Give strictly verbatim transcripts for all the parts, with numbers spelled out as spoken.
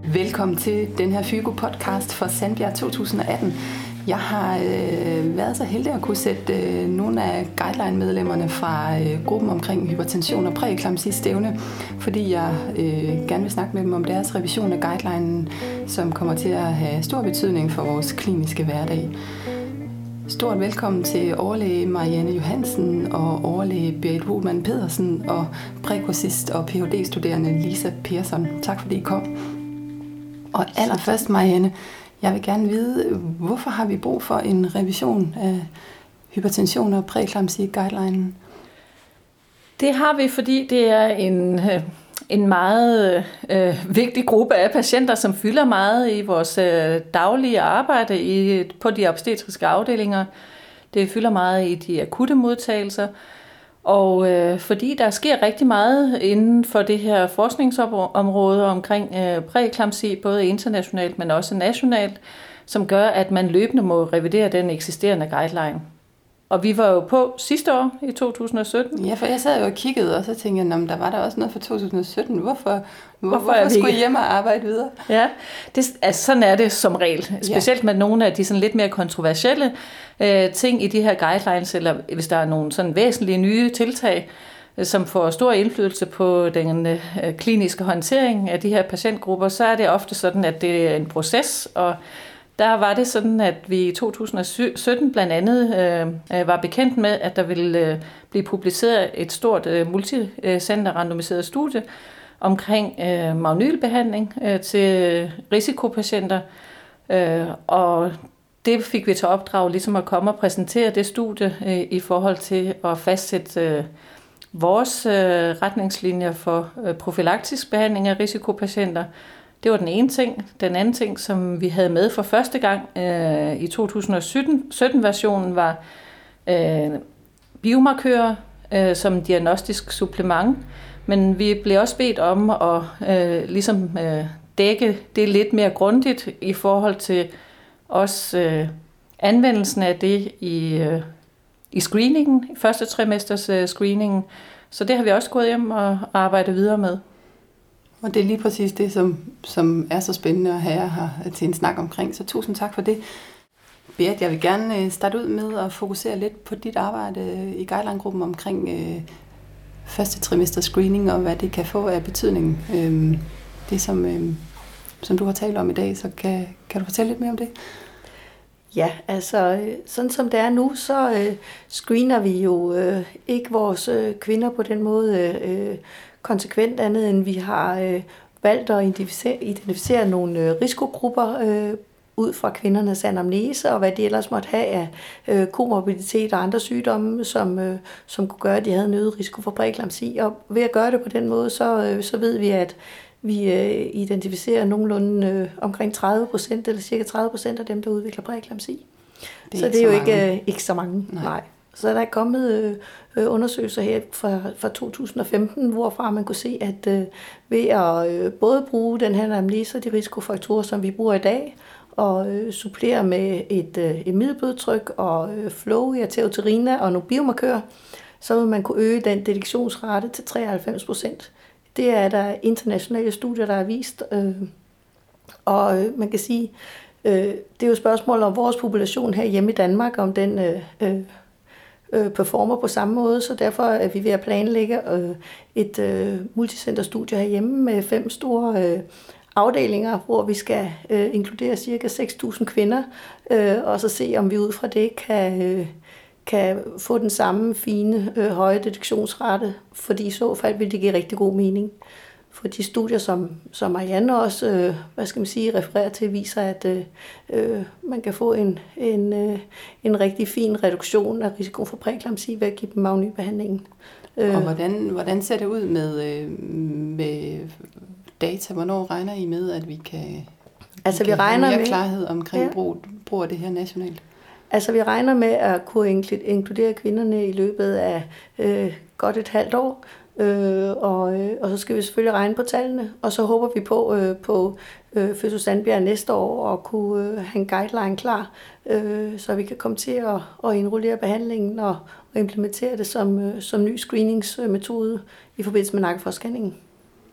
Velkommen til den her Fygo-podcast for Sandbjerg to tusind atten. Jeg har øh, været så heldig at kunne sætte øh, nogle af guideline-medlemmerne fra øh, gruppen omkring hypertension og præeklampsi stævne, fordi jeg øh, gerne vil snakke med dem om deres revision af guidelinen, som kommer til at have stor betydning for vores kliniske hverdag. Stort velkommen til overlæge Marianne Johansen og overlæge Berit Wohlmann Pedersen og prækursist og P H D-studerende Lisa Persson. Tak fordi I kom. Og allerførst, Marianne, jeg vil gerne vide, hvorfor har vi brug for en revision af hypertension og præeklampsi guidelinen? Det har vi, fordi det er en, en meget øh, vigtig gruppe af patienter, som fylder meget i vores øh, daglige arbejde i, på de obstetriske afdelinger. Det fylder meget i de akutte modtagelser. Og øh, fordi der sker rigtig meget inden for det her forskningsområde omkring øh, præeklampsi, både internationalt, men også nationalt, som gør, at man løbende må revidere den eksisterende guideline. Og vi var jo på sidste år i to tusind sytten. Ja, for jeg sad jo og kiggede, og så tænkte jeg, der var der også noget for to tusind sytten. Hvorfor, hvor, hvorfor, hvorfor skulle I hjem og arbejde videre? Ja, det, altså, sådan er det som regel. Specielt ja. Med nogle af de sådan lidt mere kontroversielle øh, ting i de her guidelines, eller hvis der er nogle sådan væsentlige nye tiltag, øh, som får stor indflydelse på den øh, kliniske håndtering af de her patientgrupper, så er det ofte sådan, at det er en proces, og der var det sådan, at vi i to tusind sytten blandt andet øh, var bekendt med, at der ville øh, blive publiceret et stort øh, multicenter randomiseret studie omkring øh, magnylbehandling øh, til risikopatienter. Øh, og det fik vi til opdrag ligesom at komme og præsentere det studie øh, i forhold til at fastsætte øh, vores øh, retningslinjer for øh, profylaktisk behandling af risikopatienter. Det var den ene ting. Den anden ting, som vi havde med for første gang øh, i to tusind sytten-versionen, var øh, biomarkører øh, som diagnostisk supplement. Men vi blev også bedt om at øh, ligesom, øh, dække det lidt mere grundigt i forhold til også øh, anvendelsen af det i, øh, i screeningen, i første trimesters øh, screeningen. Så det har vi også gået hjem og arbejdet videre med. Og det er lige præcis det, som, som er så spændende at have her til en snak omkring. Så tusind tak for det. Berit, jeg vil gerne starte ud med at fokusere lidt på dit arbejde i guideline-gruppen omkring øh, første trimester screening og hvad det kan få af betydning. Øh, det, som, øh, som du har talt om i dag, så kan, kan du fortælle lidt mere om det? Ja, altså sådan som det er nu, så øh, screener vi jo øh, ikke vores øh, kvinder på den måde øh, konsekvent andet, end vi har øh, valgt at identificere, identificere nogle øh, risikogrupper øh, ud fra kvindernes anamnese, og hvad de ellers måtte have af øh, komorbiditet og andre sygdomme, som, øh, som kunne gøre, at de havde en øget risiko for præeklampsi. Og ved at gøre det på den måde, så, øh, så ved vi, at vi øh, identificerer nogenlunde øh, omkring tredive procent, eller cirka tredive procent af dem, der udvikler præeklampsi. Det så det er jo ikke, øh, ikke så mange. Nej. Nej. Så der er kommet øh, undersøgelser her fra, fra to tusind femten, hvorfra man kunne se, at øh, ved at øh, både bruge den her anamnese og de risikofaktorer, som vi bruger i dag, og øh, supplere med et, øh, et middelblodtryk og øh, flow i arterioterina og nogle biomarkører, så vil man kunne øge den detektionsrate til treoghalvfems procent. Det er der internationale studier, der har vist, øh, og øh, man kan sige, øh, det er jo et spørgsmål om vores population her hjemme i Danmark, om den øh, øh, performer på samme måde, så derfor er vi ved at planlægge øh, et øh, multicenterstudie herhjemme med fem store øh, afdelinger, hvor vi skal øh, inkludere cirka seks tusind kvinder, øh, og så se, om vi ud fra det kan, øh, kan få den samme fine, øh, høje detektionsrate, fordi i så fald vil det give rigtig god mening. For de studier, som, som Marianne også øh, hvad skal man sige, refererer til, viser, at øh, man kan få en, en, øh, en rigtig fin reduktion af risiko for præeklampsi ved at give dem magnylbehandlingen. Og hvordan, hvordan ser det ud med, øh, med data? Hvornår regner I med, at vi kan, altså, vi kan vi regner have mere med, klarhed omkring ja. brug, brug af det her nationalt? Altså vi regner med at kunne inkludere kvinderne i løbet af øh, godt et halvt år, øh, og, øh, og så skal vi selvfølgelig regne på tallene, og så håber vi på øh, på øh, Fødsel Sandbjerg næste år at kunne øh, have en guideline klar, øh, så vi kan komme til at, at indrullere behandlingen og, og implementere det som, øh, som ny screeningsmetode i forbindelse med nakkeforscanningen.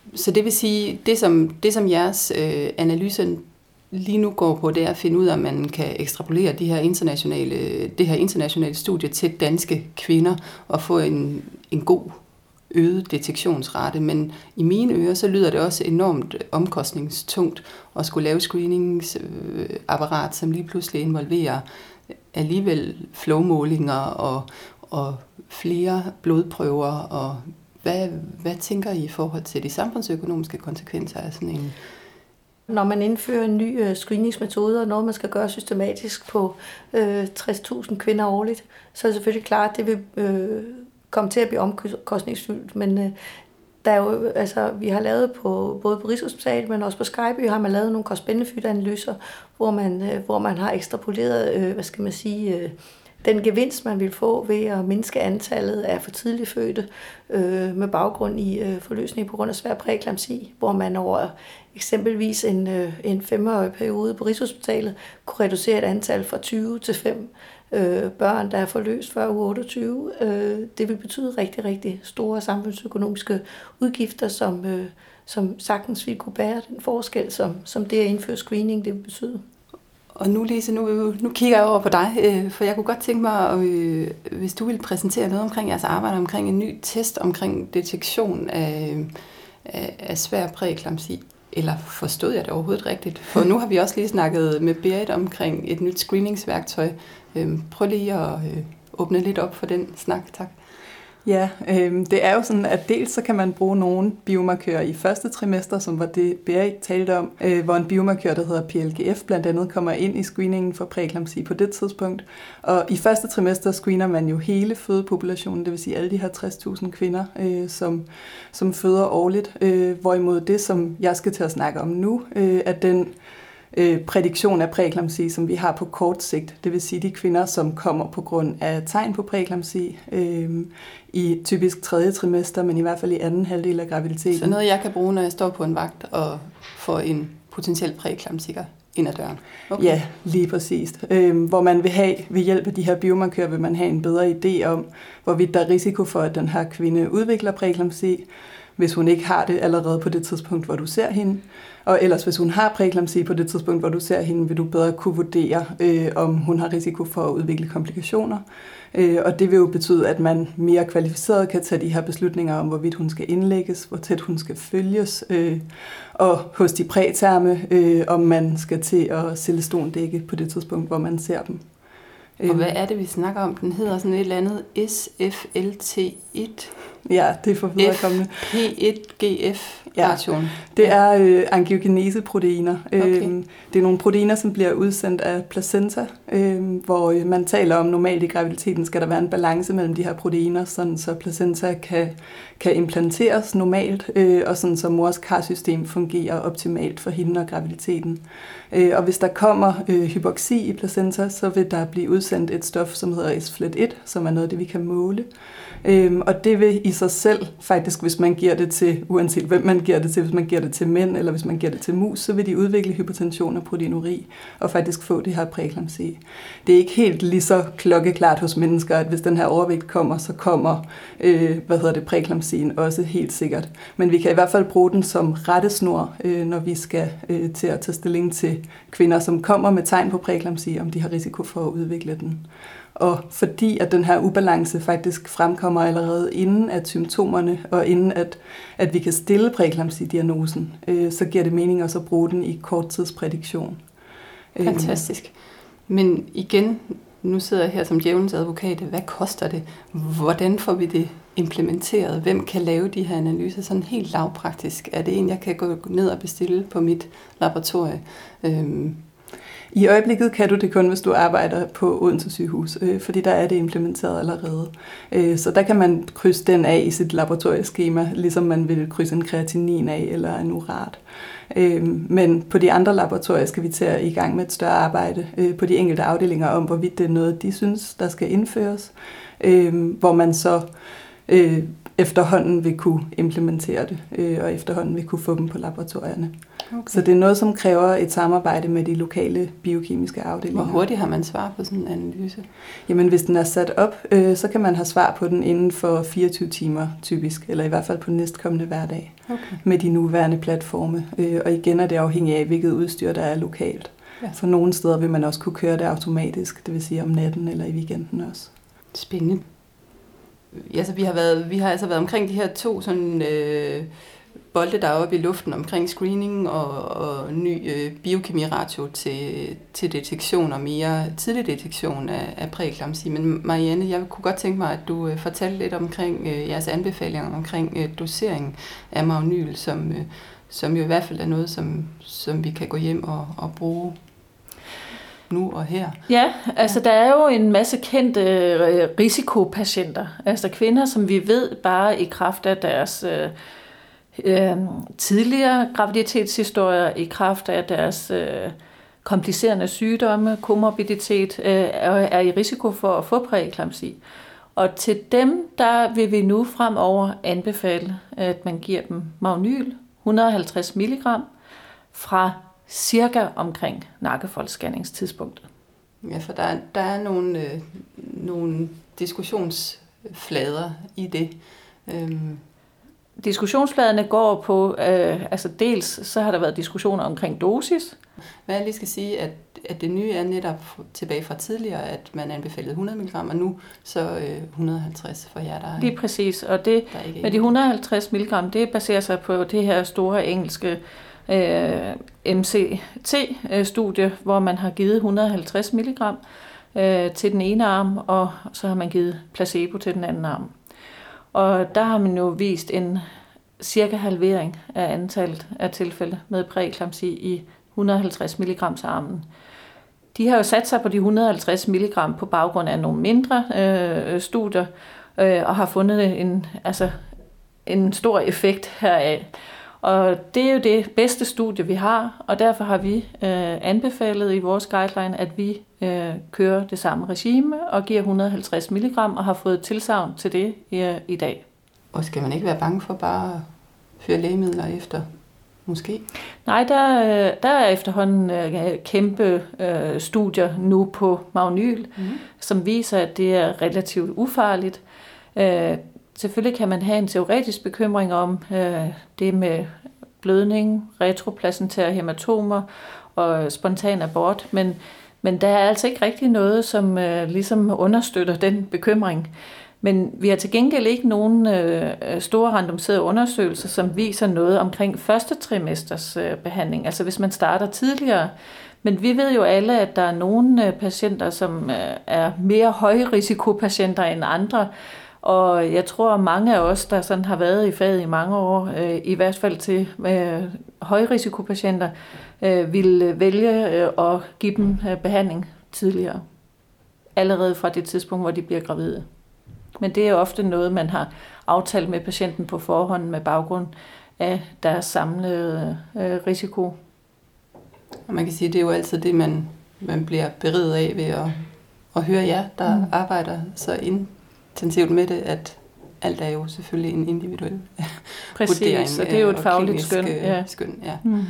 så det vil sige, det som, det som jeres øh, analyse lige nu går på, det er at finde ud af, om man kan ekstrapolere de her internationale, det her internationale studie til danske kvinder og få en, en god øget detektionsrate. Men i mine ører, så lyder det også enormt omkostningstungt at skulle lave screeningsapparat, som lige pludselig involverer alligevel flowmålinger og, og flere blodprøver. Og hvad, hvad tænker I i forhold til de samfundsøkonomiske konsekvenser af sådan en? Når man indfører en ny screeningsmetode, og noget man skal gøre systematisk på øh, tres tusind kvinder årligt, så er det selvfølgelig klart, at det vil øh, komme til at blive omkostningsfyldt. Men øh, der er jo, altså, vi har lavet på, både på Rigshospitalet, men også på Skyby, har man lavet nogle cost-benefit-analyser, hvor man, øh, hvor man har ekstrapoleret, øh, hvad skal man sige, øh, den gevinst, man vil få ved at mindske antallet af for tidligt fødte øh, med baggrund i øh, forløsning på grund af svær præeklampsi, hvor man over eksempelvis en, øh, en femårig periode på Rigshospitalet kunne reducere et antal fra tyve til fem øh, børn, der er forløst før uge otteogtyve. Øh, det vil betyde rigtig, rigtig store samfundsøkonomiske udgifter, som, øh, som sagtens vil kunne bære den forskel, som, som det at indføre screening det vil betyde. Og nu, Lise, nu, nu kigger jeg over på dig, øh, for jeg kunne godt tænke mig, øh, hvis du ville præsentere noget omkring jeres arbejde, omkring en ny test, omkring detektion af, af, af svær præeklampsi. Eller forstod jeg det overhovedet rigtigt? For nu har vi også lige snakket med Berit omkring et nyt screeningsværktøj. Øh, prøv lige at øh, åbne lidt op for den snak, tak. Ja, øh, det er jo sådan, at dels så kan man bruge nogle biomarkører i første trimester, som var det Berit talte om, øh, hvor en biomarkør, der hedder P L G F, blandt andet kommer ind i screeningen for præeklampsi på det tidspunkt. Og i første trimester screener man jo hele fødepopulationen, det vil sige alle de her tres tusind kvinder, øh, som, som føder årligt. Øh, hvorimod det, som jeg skal til at snakke om nu, øh, er den Øh, prædiktion af præeklampsi, som vi har på kort sigt. Det vil sige de kvinder, som kommer på grund af tegn på præeklampsi øh, i typisk tredje trimester, men i hvert fald i anden halvdel af graviditeten. Så noget, jeg kan bruge, når jeg står på en vagt og får en potentiel præeklampsiker ind ad døren. Okay. Ja, lige præcis. Øh, hvor man vil have, ved hjælp af de her biomarkører, vil man have en bedre idé om, hvorvidt der er risiko for, at den her kvinde udvikler præeklampsi, hvis hun ikke har det allerede på det tidspunkt, hvor du ser hende. Og ellers, hvis hun har præeklampsi på det tidspunkt, hvor du ser hende, vil du bedre kunne vurdere, øh, om hun har risiko for at udvikle komplikationer. Øh, og det vil jo betyde, at man mere kvalificeret kan tage de her beslutninger om, hvorvidt hun skal indlægges, hvor tæt hun skal følges, øh, og hos de præterme, øh, om man skal til at celestondække på det tidspunkt, hvor man ser dem. Og hvad er det, vi snakker om? Den hedder sådan et eller andet S F L T et. Ja, det er for viderekommende. P et G F-ration. Ja, det er øh, angiogeneseproteiner. Okay. Øh, det er nogle proteiner, som bliver udsendt af placenta, øh, hvor øh, man taler om, normalt i graviditeten skal der være en balance mellem de her proteiner, sådan så placenta kan, kan implanteres normalt, øh, og sådan så mors karsystem fungerer optimalt for hende og graviditeten. Øh, og hvis der kommer øh, hypoxi i placenta, så vil der blive udsendt et stof, som hedder S F L T et, som er noget af det, vi kan måle. Øhm, og det vil i sig selv, faktisk hvis man giver det til, uanset hvem man giver det til, hvis man giver det til mænd, eller hvis man giver det til mus, så vil de udvikle hypertension og proteinuri, og faktisk få det her præeklampsi. Det er ikke helt lige så klokkeklart hos mennesker, at hvis den her overvægt kommer, så kommer øh, hvad hedder det, præeklampsien også helt sikkert. Men vi kan i hvert fald bruge den som rettesnor, øh, når vi skal øh, til at tage stilling til kvinder, som kommer med tegn på præeklampsi, om de har risiko for at udvikle den. Og fordi at den her ubalance faktisk fremkommer allerede inden at symptomerne, og inden at, at vi kan stille præeklampsi-diagnosen, øh, så giver det mening også at bruge den i korttidsprædiktion. Fantastisk. Men igen, nu sidder jeg her som djævelens advokat. Hvad koster det? Hvordan får vi det implementeret? Hvem kan lave de her analyser sådan helt lavpraktisk? Er det en, jeg kan gå ned og bestille på mit laboratorie? Øhm I øjeblikket kan du det kun, hvis du arbejder på Odense sygehus, øh, fordi der er det implementeret allerede. Øh, så der kan man krydse den af i sit laboratorieskema, ligesom man vil krydse en kreatinin af eller en urat. Øh, men på de andre laboratorier skal vi til at i gang med et større arbejde øh, på de enkelte afdelinger om, hvorvidt det er noget, de synes, der skal indføres. Øh, hvor man så øh, efterhånden vil kunne implementere det, øh, og efterhånden vil kunne få dem på laboratorierne. Okay. Så det er noget, som kræver et samarbejde med de lokale biokemiske afdelinger. Hvor hurtigt har man svar på sådan en analyse? Jamen, hvis den er sat op, øh, så kan man have svar på den inden for fireogtyve timer typisk, eller i hvert fald på næstkommende hverdag, okay. med de nuværende platforme. Øh, og igen er det afhængigt af, hvilket udstyr der er lokalt. Ja. For nogle steder vil man også kunne køre det automatisk, det vil sige om natten eller i weekenden også. Spændende. Altså, vi har været, vi har altså været omkring de her to sådan, øh, bolde, der er oppe i luften omkring screening og, og ny øh, biokemiratio til, til detektion og mere tidlig detektion af, af præeklampsi. Men Marianne, jeg kunne godt tænke mig, at du øh, fortalte lidt omkring øh, jeres anbefalinger omkring øh, dosering af Magnol, som, øh, som jo i hvert fald er noget, som, som vi kan gå hjem og, og bruge nu og her. Ja, altså der er jo en masse kendte øh, risikopatienter, altså kvinder, som vi ved bare i kraft af deres øh, øh, tidligere graviditetshistorier, i kraft af deres øh, komplicerende sygdomme, komorbiditet, øh, er i risiko for at få præeklampsi. Og til dem, der vil vi nu fremover anbefale, at man giver dem Magnol, et hundrede og halvtreds milligram, fra cirka omkring nakkefoldsscanningstidspunktet. Ja, for der er, der er nogle, øh, nogle diskussionsflader i det. Øhm. Diskussionsfladerne går på, øh, altså dels så har der været diskussioner omkring dosis. Hvad jeg lige skal sige, at, at det nye er netop tilbage fra tidligere, at man anbefalede hundrede milligram, og nu så øh, et hundrede og halvtreds for jer, der er. Lige præcis, og det med de et hundrede og halvtreds milligram, det baserer sig på det her store engelske M C T-studie, hvor man har givet et hundrede og halvtreds milligram øh, til den ene arm, og så har man givet placebo til den anden arm. Og der har man jo vist en cirka halvering af antallet af tilfælde med præeklampsi i et hundrede og halvtreds milligrams armen. De har jo sat sig på de et hundrede og halvtreds milligram på baggrund af nogle mindre øh, studier, øh, og har fundet en, altså, en stor effekt heraf. Og det er jo det bedste studie, vi har, og derfor har vi øh, anbefalet i vores guideline, at vi øh, kører det samme regime og giver et hundrede og halvtreds milligram og har fået tilsagn til det i, i dag. Og skal man ikke være bange for bare at føre lægemidler efter, måske? Nej, der, der er efterhånden øh, kæmpe øh, studier nu på Magnol, mm-hmm. som viser, at det er relativt ufarligt. Øh, Selvfølgelig kan man have en teoretisk bekymring om øh, det med blødning, retroplacentære hematomer og spontan abort, men, men der er altså ikke rigtig noget, som øh, ligesom understøtter den bekymring. Men vi har til gengæld ikke nogen øh, store randomiserede undersøgelser, som viser noget omkring første trimesters øh, behandling, altså hvis man starter tidligere. Men vi ved jo alle, at der er nogle øh, patienter, som øh, er mere højrisikopatienter end andre. Og jeg tror, at mange af os, der sådan har været i faget i mange år, øh, i hvert fald til øh, højrisikopatienter, øh, vil vælge øh, at give dem øh, behandling tidligere. Allerede fra det tidspunkt, hvor de bliver gravide. Men det er ofte noget, man har aftalt med patienten på forhånd med baggrund af deres samlede øh, risiko. Og man kan sige, at det er jo altid det, man, man bliver beriget af ved at, at høre jer, der mm. arbejder så intensivt med det, at alt er jo selvfølgelig en individuel Præcis, vurdering. Præcis, og det er jo et fagligt skøn. Ja. skøn ja. Mm-hmm.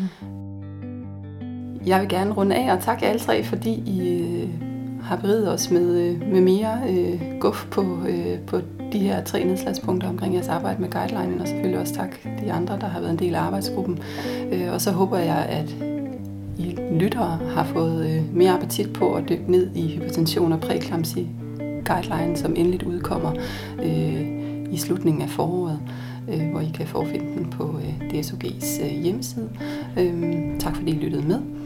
Jeg vil gerne runde af og takke alle tre, fordi I har beriget os med, med mere øh, guf på, øh, på de her tre nedslagspunkter omkring jeres arbejde med guidelinen, og selvfølgelig også tak de andre, der har været en del af arbejdsgruppen. Øh, og så håber jeg, at I lyttere har fået øh, mere appetit på at dykke ned i hypertension og præeklampsi guideline, som endeligt udkommer øh, i slutningen af foråret, øh, hvor I kan forfinde den på øh, D S O G's øh, hjemmeside. Øh, tak fordi I lyttede med.